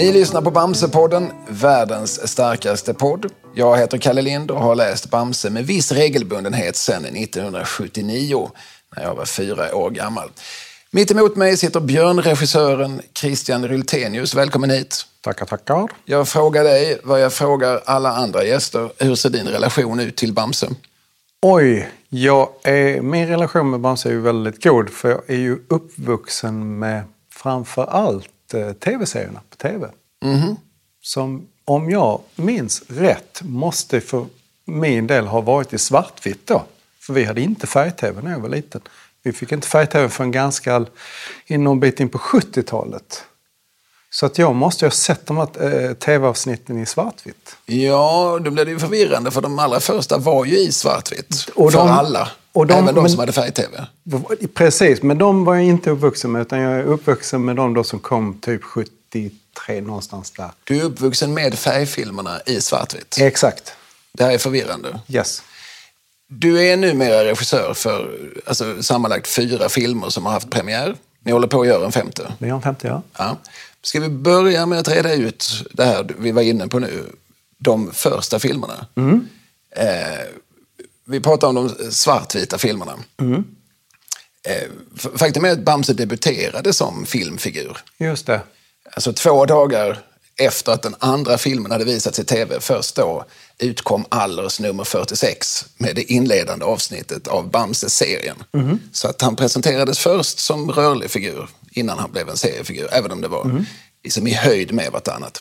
Ni lyssnar på Bamse-podden, världens starkaste podd. Jag heter Kalle Lind och har läst Bamse med viss regelbundenhet sedan 1979 när jag var 4 år gammal. Mitt emot mig sitter Björn-regissören Christian Ryltenius. Välkommen hit. Tackar. Jag frågar dig vad jag frågar alla andra gäster. Hur ser din relation ut till Bamse? Min relation med Bamse är ju väldigt god, för jag är ju uppvuxen med framför allt tv-serierna på tv. Mm-hmm. Som, om jag minns rätt, måste för min del ha varit i svartvitt då. För vi hade inte färg-tv när jag var liten. Vi fick inte färg-tv förrän ganska någon bit in på 70-talet. Så att jag måste ha sett de här tv-avsnitten i svartvitt. Ja, då blev det ju förvirrande, för de allra första var ju i svartvitt. Och för alla. Även de som hade färg-tv. Precis, men de var jag inte uppvuxen med, utan jag är uppvuxen med de då som kom typ 73 någonstans där. Du är uppvuxen med färgfilmerna i svartvitt. Exakt. Det här är förvirrande. Yes. Du är numera regissör för sammanlagt 4 filmer som har haft premiär. Ni håller på att göra en 5:e. Vi har en 5:e, ja. Ska vi börja med att reda ut det här vi var inne på nu? De första filmerna. Mm. Vi pratar om de svartvita filmerna. Mm. Faktum är att Bamse debuterade som filmfigur. Just det. Alltså 2 dagar efter att den andra filmen hade visats i tv, först då utkom Allers nummer 46 med det inledande avsnittet av Bamse-serien. Mm. Så att han presenterades först som rörlig figur innan han blev en seriefigur, även om det var liksom i höjd med vartannat.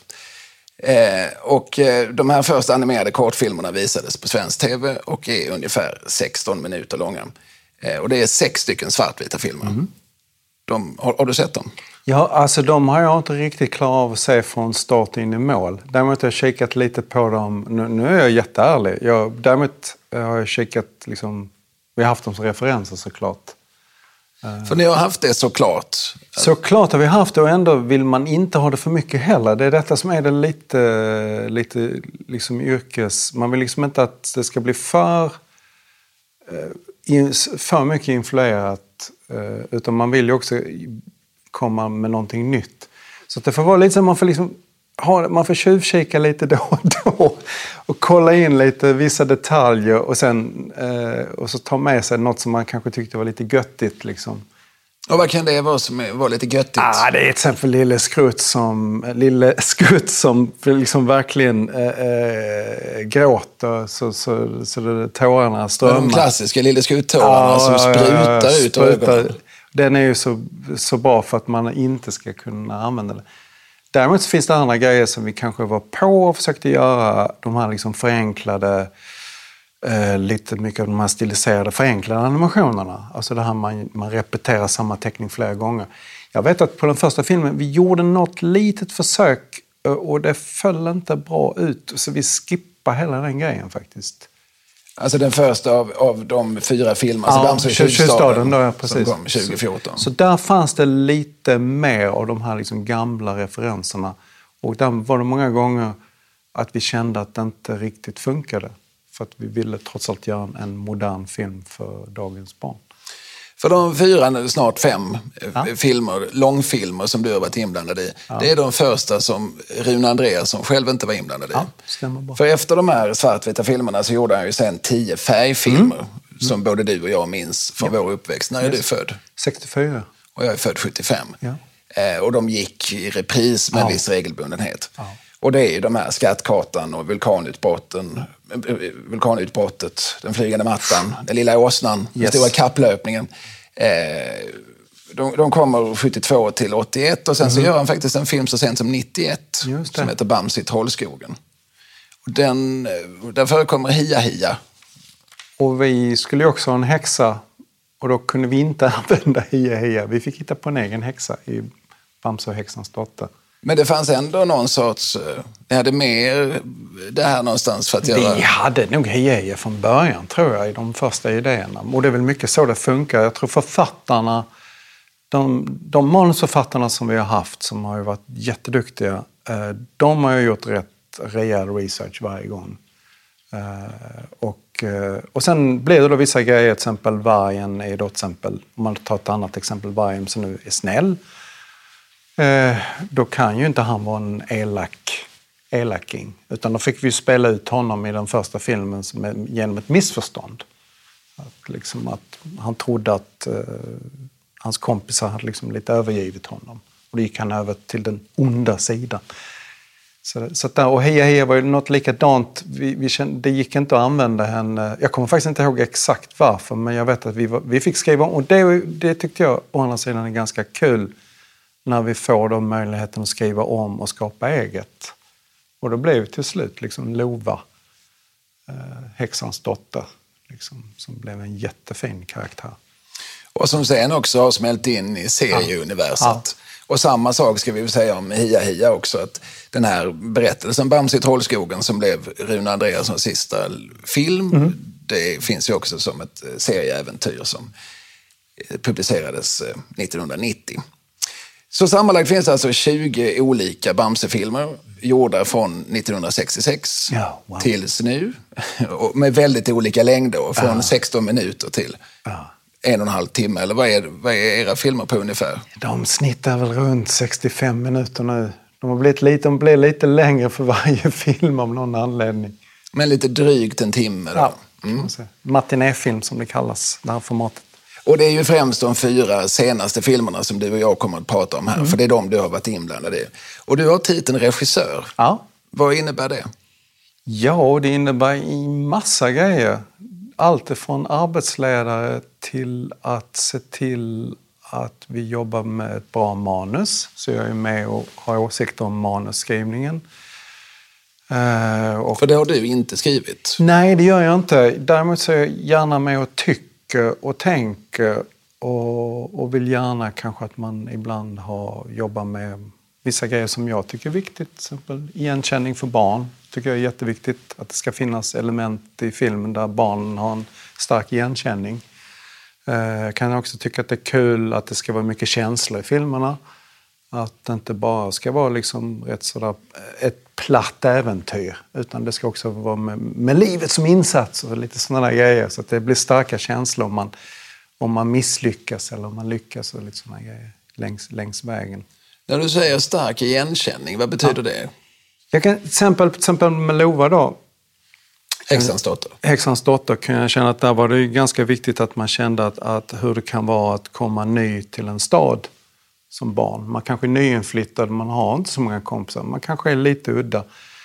De här första animerade kortfilmerna visades på svensk tv och är ungefär 16 minuter långa. Och det är 6 stycken svartvita filmer. Mm. Har du sett dem? Ja, alltså de har jag inte riktigt klarat av att se från start in i mål. Däremot har jag kikat lite på dem. Nu är jag jätteärlig. Däremot har jag kikat liksom, vi har haft dem som referenser såklart. För ni har haft det såklart. Såklart har vi haft det, och ändå vill man inte ha det för mycket heller. Det är detta som är det lite liksom yrkes. Man vill liksom inte att det ska bli för mycket influerat, utan man vill ju också komma med någonting nytt. Så att det får vara lite så man får tjuvkika lite då och då och kolla in lite vissa detaljer och sen och så ta med sig något som man kanske tyckte var lite göttigt liksom. Och vad kan det vara som var lite göttigt? Det är till exempel Lille Skrutt som liksom verkligen gråter så det tårarna strömmar. De klassiska Lille Skrutt-tårarna som sprutar ut ögonen. Den är ju så bra för att man inte ska kunna använda det. Däremot så finns det andra grejer som vi kanske var på och försökte göra. De här liksom förenklade, lite mycket av de här stiliserade förenklade animationerna. Alltså det här man repeterar samma teckning flera gånger. Jag vet att på den första filmen vi gjorde något litet försök och det föll inte bra ut. Så vi skippade hela den grejen faktiskt. Alltså den första av de 4 filmerna. Ja, Bamse Tjuvstaden då, precis. Som kom 2014. Så där fanns det lite mer av de här liksom gamla referenserna. Och där var det många gånger att vi kände att det inte riktigt funkade. För att vi ville trots allt göra en modern film för dagens barn. För de 4, snart 5 filmer, långfilmer som du har varit inblandad i. Ja. Det är de första som Rune Andreasson själv inte var inblandad i. Ja, stämmer bra. För efter de här svartvita filmerna så gjorde han ju sen 10 färgfilmer. Som både du och jag minns från vår uppväxt. När är du född? 64. Och jag är född 75. Ja. Och de gick i repris med viss regelbundenhet. Ja. Och det är ju de här Skattkartan och vulkanutbrottet, den flygande mattan, den lilla åsnan, den stora kapplöpningen. De kommer 72 till 81 och sen så gör han faktiskt en film så sent som 91 som heter Bamse i Trollskogen. Och där förekommer Hia. Och vi skulle ju också ha en häxa och då kunde vi inte använda Hia. Vi fick hitta på en egen häxa i Bamse och häxans dotter. Men det fanns ändå någon sorts... Ni hade mer det här någonstans för att göra... Vi hade nog Hia från början, tror jag, i de första idéerna. Och det är väl mycket så det funkar. Jag tror författarna, de manusförfattarna som vi har haft, som har ju varit jätteduktiga, de har ju gjort rätt rejäl research varje gång. Och sen blir det då vissa grejer, till exempel vargen är då till exempel, om man tar ett annat exempel, vargen som nu är snäll. då kan ju inte han vara en elaking. Utan då fick vi spela ut honom i den första filmen genom ett missförstånd. Att han trodde att hans kompisar hade liksom lite övergivit honom. Och då gick han över till den onda sidan. Så där, och Heja var ju något likadant. Vi kände, det gick inte att använda henne. Jag kommer faktiskt inte ihåg exakt varför, men jag vet att vi fick skriva om. Och det tyckte jag å andra sidan är ganska kul när vi får då möjligheten att skriva om och skapa eget. Och då blev det till slut liksom Lova, häxans dotter, liksom, som blev en jättefin karaktär. Och som sen också har smält in i serieuniverset. Ja. Och samma sak ska vi väl säga om Hia också, att den här berättelsen Bamse i Trollskogen som blev Rune Andreassons sista film, det finns ju också som ett serieäventyr som publicerades 1990. Så sammanlagt finns det alltså 20 olika Bamse-filmer gjorda från 1966 tills nu, med väldigt olika längder, från 16 minuter till 1,5 timme, eller vad är era filmer på ungefär? De snittar väl runt 65 minuter nu. De blir lite längre för varje film av någon anledning. Men lite drygt en timme då? Ja, matinéfilm som det kallas, det här formatet. Och det är ju främst de 4 senaste filmerna som du och jag kommer att prata om här, för det är de du har varit inblandad i. Och du har titeln regissör. Ja. Vad innebär det? Ja, det innebär i massa grejer. Allt ifrån arbetsledare till att se till att vi jobbar med ett bra manus. Så jag är med och har åsikter om manusskrivningen. För det har du inte skrivit? Nej, det gör jag inte. Däremot så är jag gärna med och tycker och tänker. Och vill gärna kanske att man ibland jobbar med vissa grejer som jag tycker är viktigt. Till exempel igenkänning för barn. Tycker jag är jätteviktigt att det ska finnas element i filmen där barnen har en stark igenkänning. Kan jag också tycka att det är kul att det ska vara mycket känslor i filmerna. Att det inte bara ska vara liksom rätt sådär ett platt äventyr. Utan det ska också vara med livet som insats och lite sådana där grejer. Så att det blir starka känslor om man misslyckas eller om man lyckas och lite sådana grejer längs vägen. När du säger stark igenkänning, vad betyder det? Jag kan till exempel med Lova då. Häxans dotter kan jag känna att där var det ganska viktigt att man kände att hur det kan vara att komma ny till en stad som barn. Man kanske är nyinflyttad, man har inte så många kompisar, man kanske är lite udda.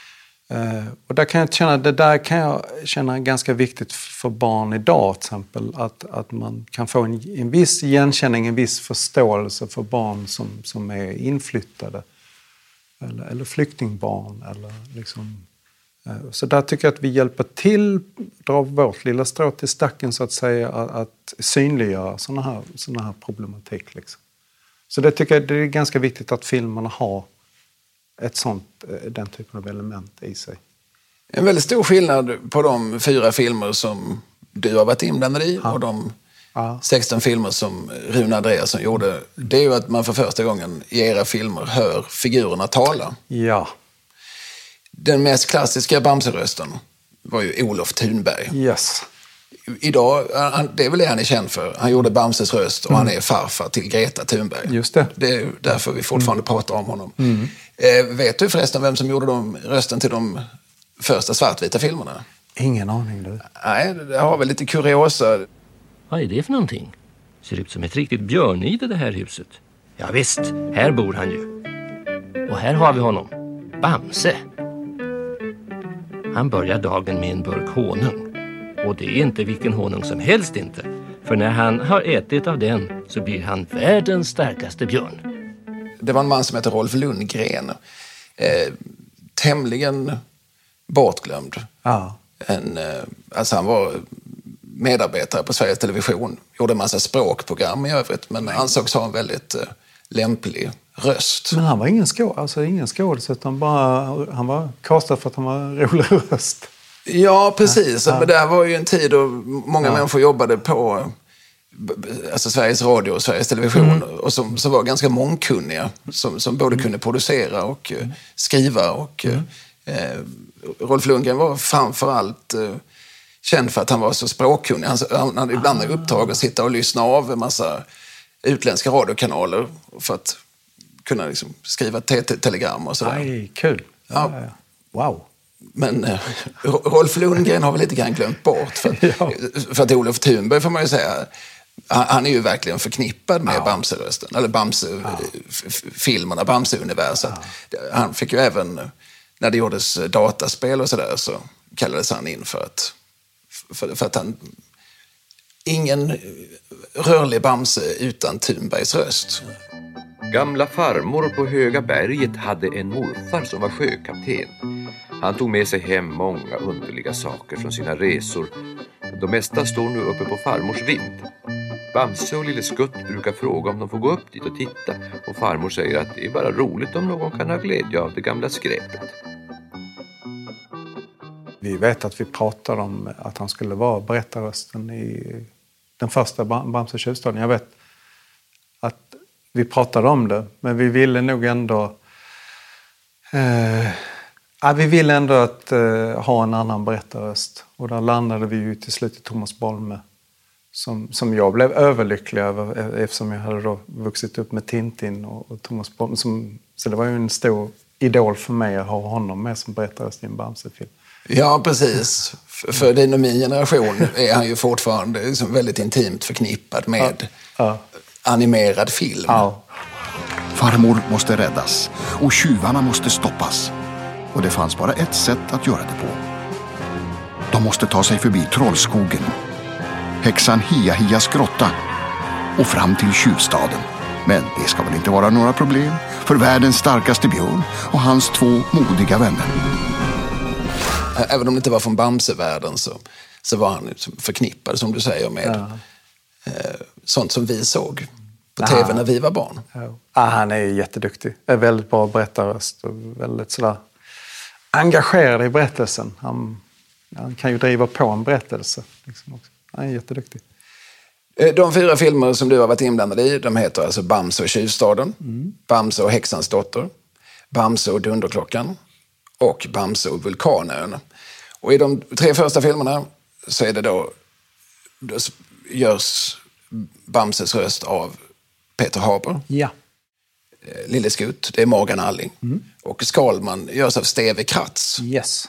Och där kan jag känna, det där kan jag känna ganska viktigt för barn idag till exempel. Att man kan få en viss igenkänning, en viss förståelse för barn som är inflyttade. Eller flyktingbarn. Eller liksom. Så där tycker jag att vi hjälper till, dra vårt lilla strå till stacken så att säga, att synliggöra såna här problematik. Liksom. Så det tycker jag det är ganska viktigt att filmerna har den typen av element i sig. En väldigt stor skillnad på de 4 filmer som du har varit inblandad i och de 16 filmer som Rune Andreasson gjorde, det är ju att man för första gången i era filmer hör figurerna tala. Ja. Den mest klassiska Bamse-rösten var ju Olof Thunberg. Yes. Idag, det är väl det han är känd för. Han gjorde Bamses röst och han är farfar till Greta Thunberg. Just det. Det är därför vi fortfarande pratar om honom. Vet du förresten vem som gjorde rösten till de första svartvita filmerna? Ingen aning du. Nej, det har väl lite kuriosa. Vad är det för någonting? Ser ut som ett riktigt björnide det här huset. Ja visst, här bor han ju. Och här har vi honom. Bamse. Han börjar dagen med en burk honung. Och det är inte vilken honung som helst inte. För när han har ätit av den så blir han världens starkaste björn. Det var en man som heter Rolf Lundgren. Tämligen bortglömd. Ja. Alltså han var medarbetare på Sveriges Television. Gjorde en massa språkprogram i övrigt. Men ansågs ha en väldigt lämplig röst. Men han var ingen skådis utan bara han var kastad för att han var en rolig röst. Ja, precis. Men det här var ju en tid då många människor jobbade på Sveriges Radio och Sveriges Television och som var ganska mångkunniga. Som både kunde producera och skriva. Och Rolf Lundgren var framförallt känd för att han var så språkkunnig. Han hade ibland uppdrag att sitta och lyssna av en massa utländska radiokanaler för att kunna liksom skriva telegram och sådär. Aj, kul. Ja. Wow. Men Rolf Lundgren har väl lite grann glömt bort. För att Olof Thunberg får man ju säga, han är ju verkligen förknippad med Bamse-rösten. Eller Bamse-filmerna, Bamse-universet. Han fick ju även, när det gjordes dataspel och sådär, så kallades han in för att han... Ingen rörlig Bamse utan Thunbergs röst. Gamla farmor på Höga berget hade en morfar som var sjökapten. Han tog med sig hem många underliga saker från sina resor. De mesta står nu uppe på farmors vind. Bamse och Lille Skutt brukar fråga om de får gå upp dit och titta. Och farmor säger att det är bara roligt om någon kan ha glädje av det gamla skräpet. Vi vet att vi pratade om att han skulle vara berättarrösten i den första Bamse tjuvstaden. Jag vet att vi pratade om det, men vi ville nog ändå... vi ville ändå att ha en annan berättarröst. Och där landade vi ju till slut i Thomas Bolme. Som jag blev överlycklig över eftersom jag hade då vuxit upp med Tintin och Thomas Bolme. Så det var ju en stor idol för mig att ha honom med som berättarröst i en Bamse-film. Ja, precis. För din och min generation är han ju fortfarande liksom väldigt intimt förknippad med animerad film. Ja. Farmor måste räddas och tjuvarna måste stoppas. Och det fanns bara ett sätt att göra det på. De måste ta sig förbi Trollskogen, häxan Hia-Hias grotta och fram till tjuvstaden. Men det ska väl inte vara några problem för världens starkaste björn och hans 2 modiga vänner. Även om det inte var från Bamse-världen så var han förknippad, som du säger, med sånt som vi såg på tv när vi var barn. Han är jätteduktig. Är väldigt bra berättarröst och väldigt sådär engagerad i berättelsen. Han kan ju driva på en berättelse. Liksom också. Han är jätteduktig. De 4 filmer som du har varit inblandad i, de heter alltså Bamse och tjuvstaden, Bamse och häxans dotter, Bamse och dunderklockan och Bamse och vulkanön. Och i de 3 första filmerna så är det då görs Bamses röst av Peter Haber. Ja. Lille Skutt, det är Morgan Alling. Och Skalman görs av Steve Kratz. Yes.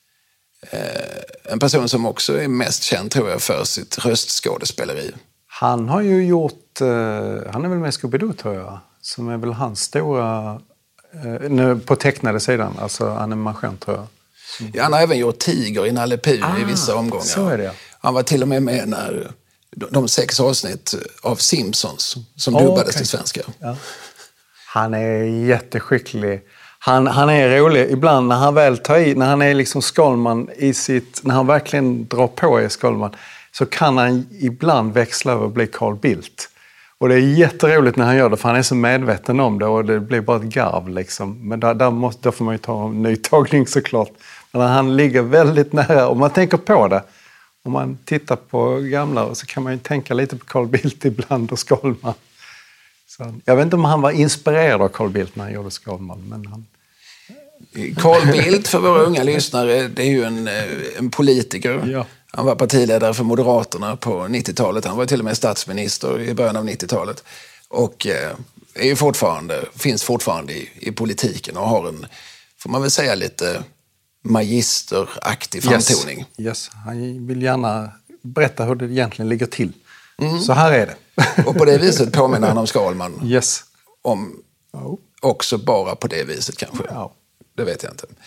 En person som också är mest känd, tror jag, för sitt röstskådespeleri. Han har ju gjort... han är väl med i Scooby-Doo, tror jag. Som är väl hans stora... på tecknade sidan, alltså animation, tror jag. Ja, han har även gjort Tiger i Nalle Puh i vissa omgångar. Så är det. Han var till och med när de 6 avsnitt av Simpsons som dubbades till svenska. Ja. Han är jätteskicklig. Han är rolig. Ibland när han väl tar i, när han är liksom Skalman i sitt... När han verkligen drar på i Skalman så kan han ibland växla över och bli Carl Bildt. Och det är jätteroligt när han gör det, för han är så medveten om det och det blir bara ett garv liksom. Men där får man ju ta en ny tagning såklart. Men han ligger väldigt nära, om man tänker på det. Om man tittar på gamla så kan man ju tänka lite på Carl Bildt ibland och Skalman. Så, jag vet inte om han var inspirerad av Carl Bildt när han gjorde Skalman, men han... Carl Bildt, för våra unga lyssnare, det är ju en politiker. Ja. Han var partiledare för Moderaterna på 90-talet. Han var till och med statsminister i början av 90-talet. Och är ju finns fortfarande i politiken och har en, får man väl säga, lite magisteraktig framtoning. Yes. Han vill gärna berätta hur det egentligen ligger till. Så här är det. Och på det viset påminner han om Skalman. Yes. Också bara på det viset kanske. Ja. Det vet jag inte.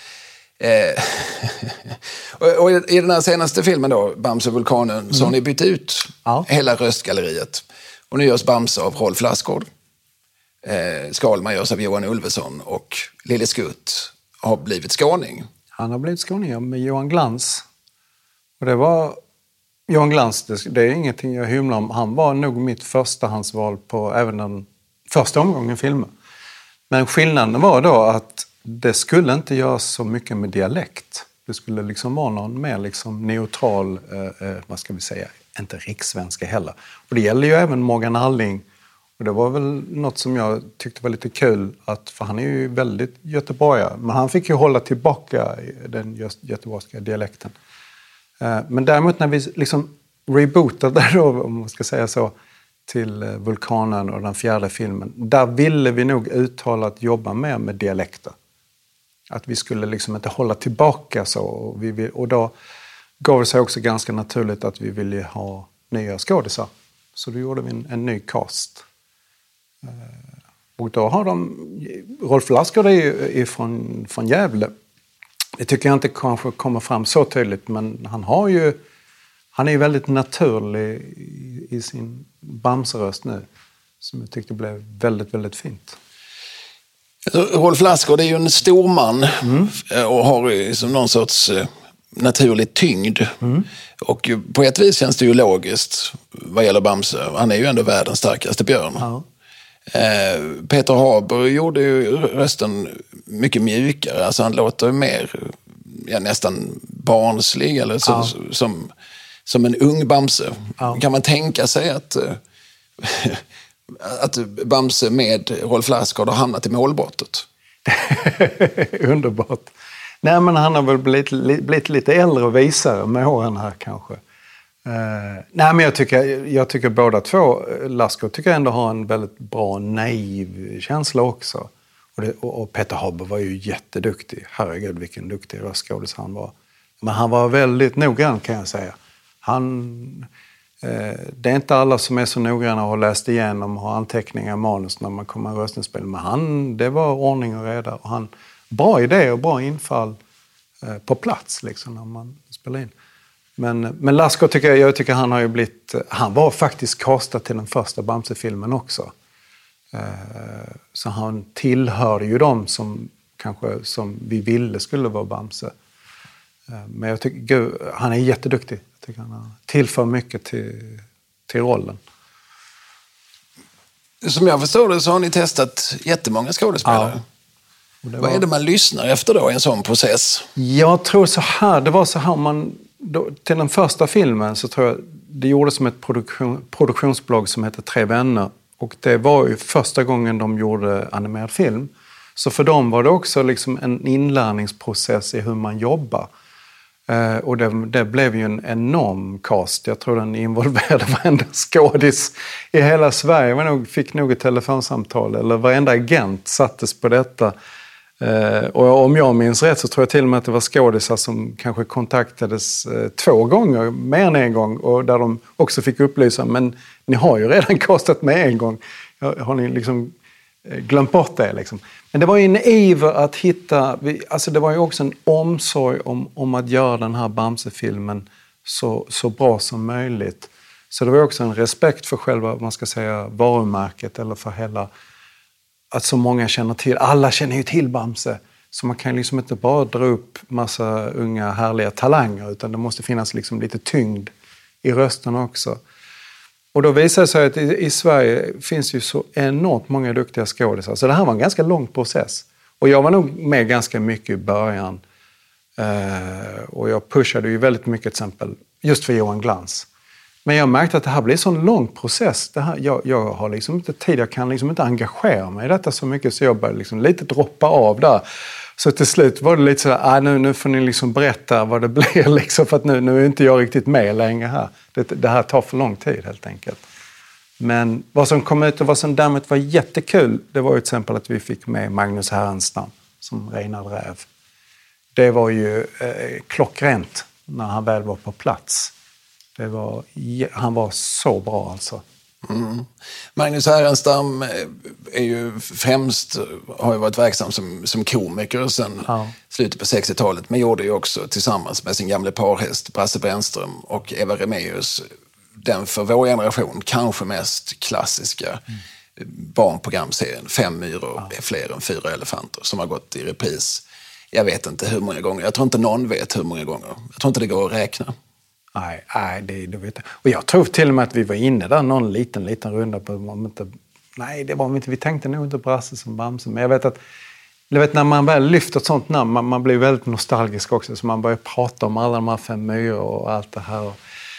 Och i den här senaste filmen då, Bamse och vulkanen, så har ni bytt ut hela röstgalleriet. Och nu görs Bamse av Rolf Lassgård. Skalman görs av Johan Ulveson och Lille Skutt har blivit skåning. Han har blivit skåning med Johan Glans. Och det var... Johan Glans, det är ingenting jag hymlar om. Han var nog mitt förstahandsval på även den första omgången filmen. Men skillnaden var då att det skulle inte göras så mycket med dialekt. Det skulle liksom vara någon mer liksom neutral, vad ska vi säga, inte rikssvenska heller. Och det gäller ju även Morgan Alling. Och det var väl något som jag tyckte var lite kul, för han är ju väldigt göteborgare. Men han fick ju hålla tillbaka den göteborgska dialekten. Men däremot när vi liksom rebootade då, om man ska säga så, till Vulkanen och den 4:e filmen. Där ville vi nog uttalat jobba mer med dialekter. Att vi skulle liksom inte hålla tillbaka så. Och då gav det sig också ganska naturligt att vi ville ha nya skådisar. Så då gjorde vi en ny cast. Och då har Rolf Lassgård är ju från Gävle. Det tycker jag inte kanske kommer fram så tydligt, men han är ju väldigt naturlig i sin Bamse-röst nu. Som jag tyckte blev väldigt, väldigt fint. Rolf Lassgård är ju en stor man och har som någon sorts naturlig tyngd. Och på ett vis känns det ju logiskt vad gäller Bamse. Han är ju ändå världens starkaste björn. Ja. Peter Haber gjorde ju rösten mycket mjukare. Alltså han låter mer nästan barnslig eller som en ung Bamse. Ja. Kan man tänka sig att Bamse med Rolf Lassgård har hamnat i målbrottet? Underbart. Nej, men han har väl blivit lite äldre och visare med åren här kanske. Nej, men jag tycker båda två, Lassgård tycker jag ändå har en väldigt bra naiv känsla också. Och Peter Haber var ju jätteduktig. Herregud, vilken duktig röstskådis han var. Men han var väldigt noggrann, kan jag säga. Det är inte alla som är så noggranna och har läst igenom och har anteckningar i manus när man kommer i röstningsspel. Men det var ordning och reda. Och han, bra idé och bra infall på plats liksom, när man spelar in. Men Lassgård jag tycker han har ju blivit... Han var faktiskt castad till den första Bamse-filmen också. Så han tillhör ju dem som vi ville skulle vara Bamse. Men jag tycker han är jätteduktig. Jag tycker han tillför mycket till rollen. Som jag förstår det så har ni testat jättemånga skådespelare. Ja. Vad är det man lyssnar efter då i en sån process? Jag tror så här, det var så här till den första filmen så tror jag det gjordes som ett produktionsblogg som heter Tre vänner. Och det var ju första gången de gjorde animerad film. Så för dem var det också liksom en inlärningsprocess i hur man jobbar. Och det blev ju en enorm cast. Jag tror den involverade varenda skådis i hela Sverige. Fick nog ett telefonsamtal eller varenda agent sattes på detta. Och om jag minns rätt så tror jag till och med att det var skådisar som kanske kontaktades 2 gånger, mer än en gång. Och där de också fick upplysa, men ni har ju redan kastat med en gång. Har ni liksom glömt bort det liksom? Men det var ju en iver att hitta, alltså det var ju också en omsorg om att göra den här Bamse-filmen så bra som möjligt. Så det var också en respekt för själva, man ska säga, varumärket eller för hela, att så många känner till, alla känner ju till Bamse. Så man kan liksom inte bara dra upp massa unga härliga talanger, utan det måste finnas liksom lite tyngd i rösten också. Och då visar det sig att i Sverige finns ju så enormt många duktiga skådisar. Så det här var en ganska lång process. Och jag var nog med ganska mycket i början. Och jag pushade ju väldigt mycket till exempel just för Johan Glans. Men jag märkte att det här blir en sån lång process. Jag har liksom inte tid, jag kan liksom inte engagera mig i detta så mycket. Så jag började liksom lite droppa av där. Så till slut var det lite så här, nu får ni liksom berätta vad det blir liksom, för att nu är inte jag riktigt med längre här. Det här tar för lång tid helt enkelt. Men vad som kom ut och vad som därmed var jättekul, det var ju till exempel att vi fick med Magnus Härenstam som Reinhard Räv. Det var ju klockrent när han väl var på plats. Han var så bra alltså. Mm. Magnus Härenstam är ju främst, har ju varit verksam som komiker sedan slutet på 60-talet, men gjorde ju också tillsammans med sin gamla parhäst Brasse Brännström och Eva Remaeus den för vår generation kanske mest klassiska barnprogramserien 5 myror är fler än 4 elefanter, som har gått i repris. Jag vet inte hur många gånger, jag tror inte någon vet hur många gånger. Jag tror inte det går att räkna. Nej, det vet jag. Och jag tror till och med att vi var inne där någon liten runda på det var inte, vi tänkte nog inte Brasse som Bamse. Men jag vet när man väl lyfter ett sånt namn, man blir väldigt nostalgisk också. Så man börjar prata om alla de här 5 myror och allt det här.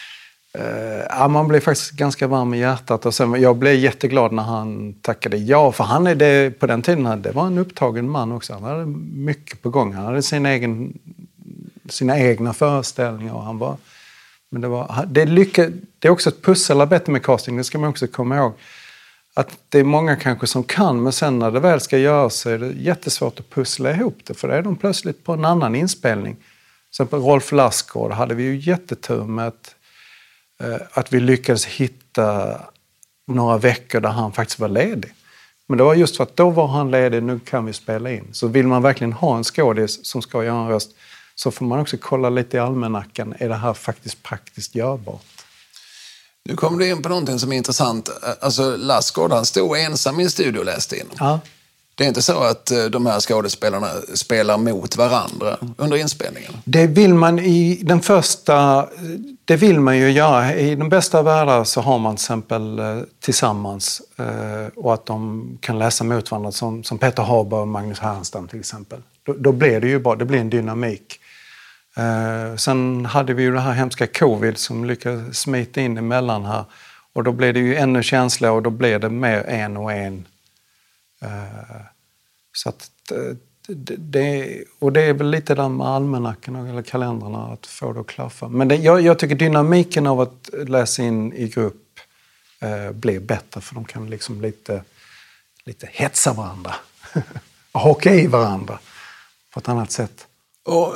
Man blir faktiskt ganska varm i hjärtat. Och sen, jag blev jätteglad när han tackade ja. För han är det, på den tiden, det var en upptagen man också. Han hade mycket på gång. Han hade sina egna föreställningar och han var Men det är också ett pusselarbete med casting, det ska man också komma ihåg. Att det är många kanske som kan, men sen när det väl ska göras så är det jättesvårt att pussla ihop det. För då är de plötsligt på en annan inspelning. Till exempel Rolf Lassgård hade vi ju jättetur med att vi lyckades hitta några veckor där han faktiskt var ledig. Men det var just för att då var han ledig, nu kan vi spela in. Så vill man verkligen ha en skådis som ska göra en röst så får man också kolla lite i almanackan. Är det här faktiskt praktiskt görbart? Nu kom du in på någonting som är intressant. Alltså Lassgård, han stod ensam i en studio och läste in. Ja. Det är inte så att de här skådespelarna spelar mot varandra under inspelningen? Det vill man i den första... Det vill man ju göra. I den bästa världen så har man till exempel tillsammans och att de kan läsa mot varandra som Peter Haber och Magnus Härenstam till exempel. Då blir det ju bara, det blir en dynamik. Sen hade vi ju det här hemska covid som lyckades smita in emellan här. Och då blev det ju ännu känsligare och då blev det mer en och en. Så att det är väl lite där med almanackan eller kalendrarna att få det att klaffa. Men jag tycker dynamiken av att läsa in i grupp blir bättre för de kan liksom lite hetsa varandra. Och haka i varandra på ett annat sätt. Och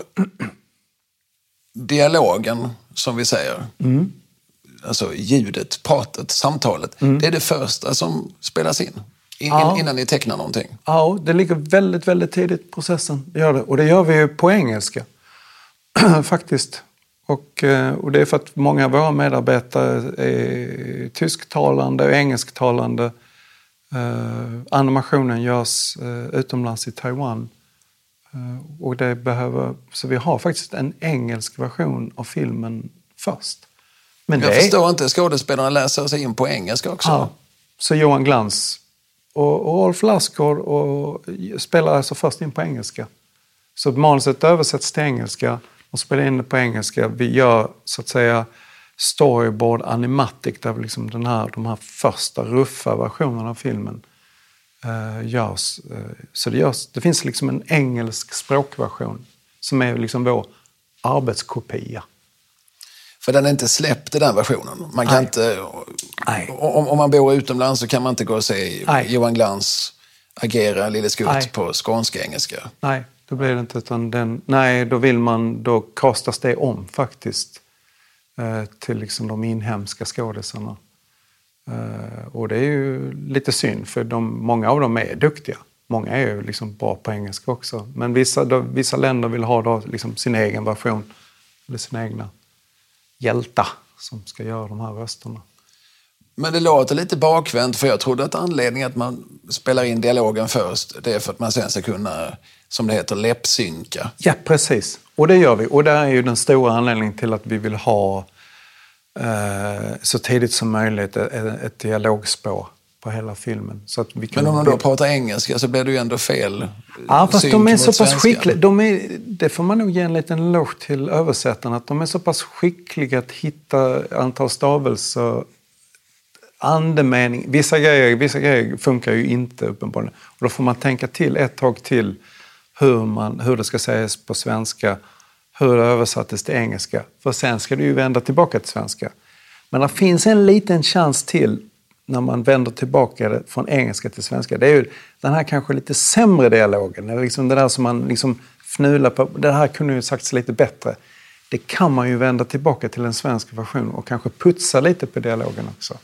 dialogen, som vi säger, alltså ljudet, pratet, samtalet, det är det första som spelas in innan ni tecknar någonting. Ja, det ligger väldigt, väldigt tidigt i processen. Det gör det. Och det gör vi ju på engelska, faktiskt. Och det är för att många av våra medarbetare är tysktalande och engelsktalande. Animationen görs utomlands i Taiwan. Och det så vi har faktiskt en engelsk version av filmen först. Men jag förstår inte, skådespelarna läser sig in på engelska också. Ja, så Johan Glans och Rolf Lassgård spelar alltså först in på engelska. Så manuset översätts till engelska och spelar in det på engelska. Vi gör så att säga storyboard animatic där liksom de här första ruffa versionerna av filmen görs. Så det finns liksom en engelsk språkversion som är liksom vår arbetskopia. För den är inte släppt, den versionen. Man kan inte... Om man bor utomlands så kan man inte gå och se Johan Glans agera Lille Skutt på skånska engelska. Nej, då blir det inte. Utan då kastas det om faktiskt till liksom de inhemska skådespelarna. Och det är ju lite synd för många av dem är duktiga. Många är ju liksom bra på engelska också. Men vissa länder vill ha då liksom sin egen version eller sina egna hjältar som ska göra de här rösterna. Men det låter lite bakvänt, för jag trodde att anledningen att man spelar in dialogen först, det är för att man sen ska kunna, som det heter, läppsynka. Ja, precis. Och det gör vi. Och det är ju den stora anledningen till att vi vill ha så tidigt som möjligt ett dialogspår på hela filmen. Så att vi kan... Men om man då pratar engelska så blir det ju ändå fel. Ja, fast de är så pass skickliga. Det får man nog ge en liten eloge till översättarna. Att de är så pass skickliga att hitta antal stavelser, andemening. Vissa grejer funkar ju inte uppenbarligen. Och då får man tänka till ett tag till hur det ska sägas på svenska, hur det översattes till engelska. För sen ska du ju vända tillbaka till svenska. Men det finns en liten chans till när man vänder tillbaka det från engelska till svenska. Det är ju den här kanske lite sämre dialogen. Eller liksom det där som man liksom fnular på. Det här kunde ju sagts lite bättre. Det kan man ju vända tillbaka till en svensk version och kanske putsa lite på dialogen också.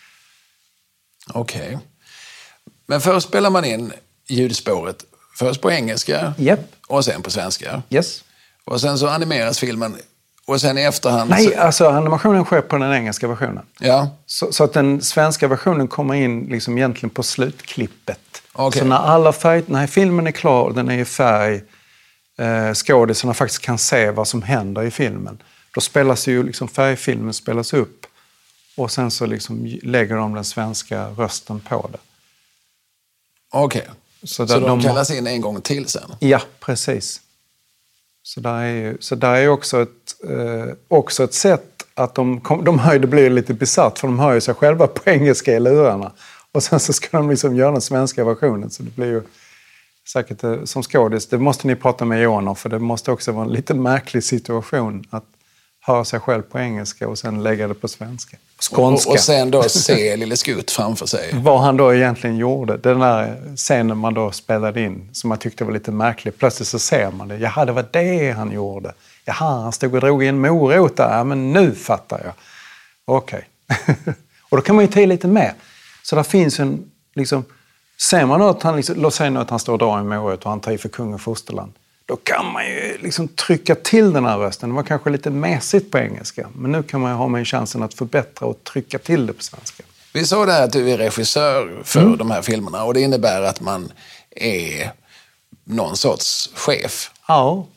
Okej. Men först spelar man in ljudspåret. Först på engelska och sen på svenska. Yes. Och sen så animeras filmen. Och sen i efterhand... Nej, alltså animationen sker på den engelska versionen. Ja. Så att den svenska versionen kommer in liksom egentligen på slutklippet. Okay. Så när filmen är klar och den är i färg, skådisarna faktiskt kan se vad som händer i filmen. Då spelas ju liksom färgfilmen spelas upp. Och sen så liksom lägger de den svenska rösten på det. Okej. Så de kallas in en gång till sen? Ja, precis. Så där är också ett sätt att de hör, det blir lite besatt för de hör ju sig själva på engelska i lurarna. Och sen så ska de liksom göra den svenska versionen. Så det blir ju säkert som skådis. Det måste ni prata med Johan om, för det måste också vara en lite märklig situation att höra sig själv på engelska och sen lägga det på svenska. Skånska. Och sen då se Lille Skutt framför sig. Vad han då egentligen gjorde. Den där scenen man då spelade in som man tyckte var lite märklig. Plötsligt så ser man det. Jaha, det var det han gjorde. Jaha, han stod och drog i en morot där. Ja, men nu fattar jag. Okej. Och då kan man ju ta i lite mer. Så där finns en, liksom, ser man då att han, liksom, låt säga nu att han står och drar i en morot och han tar i för kung och fosterland. Då kan man ju liksom trycka till den här rösten. Det var kanske lite mässigt på engelska. Men nu kan man ju ha med chansen att förbättra och trycka till det på svenska. Vi sa det här att du är regissör för de här filmerna. Och det innebär att man är någon sorts chef. Ja.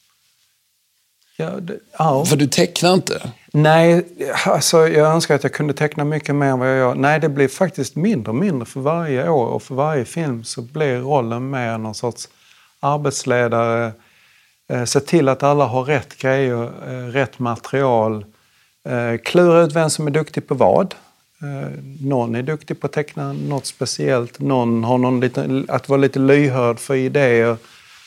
Ja. För du tecknar inte. Nej, alltså jag önskar att jag kunde teckna mycket mer än vad jag gör. Nej, det blir faktiskt mindre och mindre för varje år. Och för varje film så blir rollen mer någon sorts arbetsledare. Se till att alla har rätt grejer, rätt material. Klura ut vem som är duktig på vad. Någon är duktig på att teckna något speciellt. Någon har att vara lite lyhörd för idéer.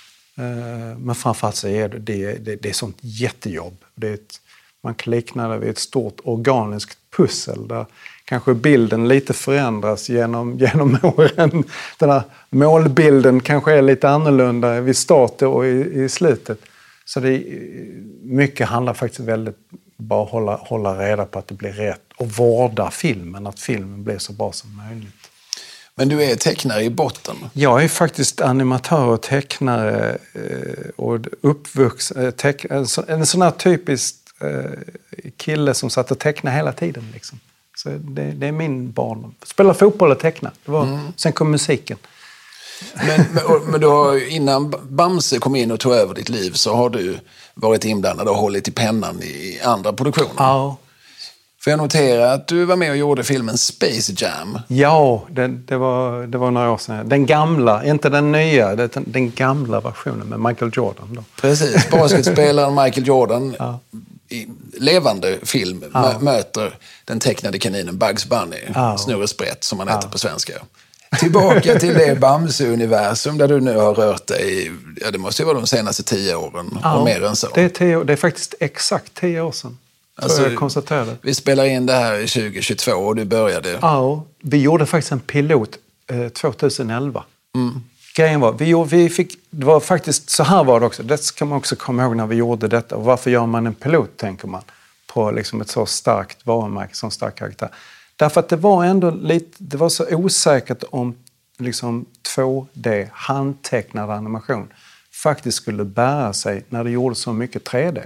Men framförallt så är det är sånt jättejobb. Man kan likna det vid ett stort organiskt pussel där kanske bilden lite förändras genom åren. Den här målbilden kanske är lite annorlunda vid start och i slutet. Så mycket handlar faktiskt väldigt bara hålla reda på att det blir rätt och vårda filmen, att filmen blir så bra som möjligt. Men du är tecknare i botten. Jag är faktiskt animatör och tecknare och uppvuxen. En sån här typisk kille som satt och tecknade hela tiden. Liksom. Så det är min barndom. Spela fotboll och teckna. Sen kom musiken. Men du har, innan Bamse kom in och tog över ditt liv så har du varit inblandad och hållit i pennan i andra produktioner. Ja. För jag noterar att du var med och gjorde filmen Space Jam. Ja, det var några år sedan. Den gamla, inte den nya, den gamla versionen med Michael Jordan. Då. Precis, basketspelaren Michael Jordan i levande film möter den tecknade kaninen Bugs Bunny, Snurresprätt som man heter på svenska. Tillbaka till det Bamse-universum där du nu har rört dig, det måste ju vara de senaste 10 åren och mer än så. Det är faktiskt exakt 10 år sedan. Alltså, jag konstaterade. Vi spelar in det här i 2022 och du började. Ja, vi gjorde faktiskt en pilot 2011. Grejen var, det var faktiskt, så här var det också. Det ska man också komma ihåg när vi gjorde detta. Och varför gör man en pilot, tänker man, på liksom ett så starkt varumärke, så stark karaktär. Därför att det var ändå det var så osäkert om liksom 2D, handtecknad animation, faktiskt skulle bära sig när det gjorde så mycket 3D.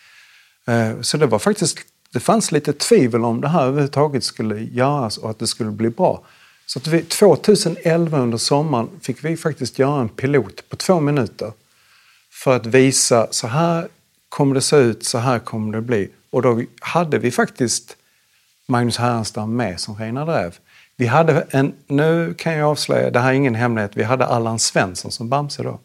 Så det var faktiskt, det fanns lite tvivel om det här överhuvudtaget skulle göras och att det skulle bli bra. Så att 2011 under sommaren fick vi faktiskt göra en pilot på 2 minuter för att visa så här kommer det se ut, så här kommer det bli. Och då hade vi faktiskt Magnus Härenstam med som Reine Dräv. Vi hade nu kan jag avslöja, det här är ingen hemlighet, vi hade Allan Svensson som Bamse då.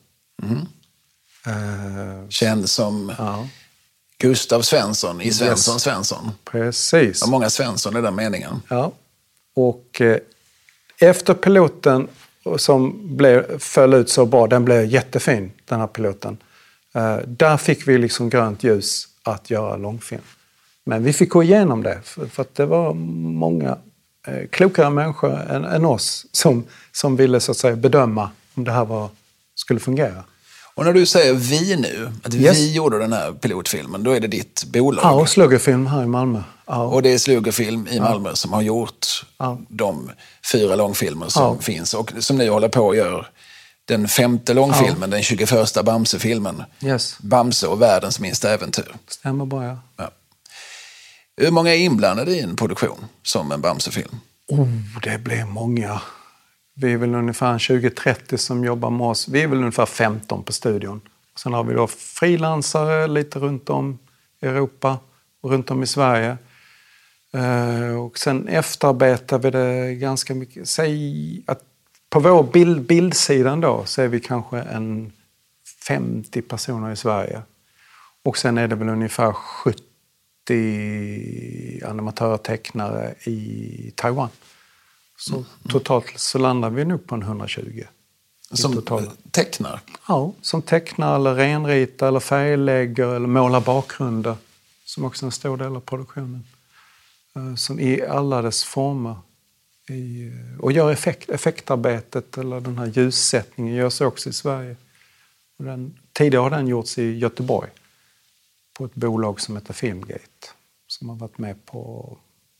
Känd som Gustav Svensson i Svensson Svensson. Precis. Och många Svensson i den meningen. Ja, och efter piloten som föll ut så bra, den blev jättefin, den här piloten. Där fick vi liksom grönt ljus att göra långfilm. Men vi fick gå igenom det för att det var många klokare människor än oss som ville så att säga bedöma om det här skulle fungera. Och när du säger vi nu, att vi gjorde den här pilotfilmen, då är det ditt bolag? Ja, och Sluggerfilm här i Malmö. Ja. Och det är Sluggerfilm i Malmö som har gjort de 4 långfilmer som finns. Och som ni håller på att göra den 5:e långfilmen, den 21:a Bamse-filmen. Yes. Bamse och världens minsta äventyr. Stämmer bara, ja. Hur många är inblandade i en produktion som en Bamse-film? Det blir många. Vi är väl ungefär 20-30 som jobbar med oss. Vi är väl ungefär 15 på studion. Sen har vi då frilansare lite runt om i Europa och runt om i Sverige. Och sen efterarbetar vi det ganska mycket. Säg att på vår bildsidan då så är vi kanske 50 personer i Sverige. Och sen är det väl ungefär 70 animatörer, tecknare i Taiwan. Så totalt så landar vi nu på 120. Som tecknar? Ja, som tecknar eller renritar eller färglägger eller målar bakgrunder. som också är en stor del av produktionen. Som i alla dess former. Och gör effektarbetet eller den här ljussättningen görs också i Sverige. Tidigare har den gjorts i Göteborg på ett bolag som heter Filmgate som har varit med på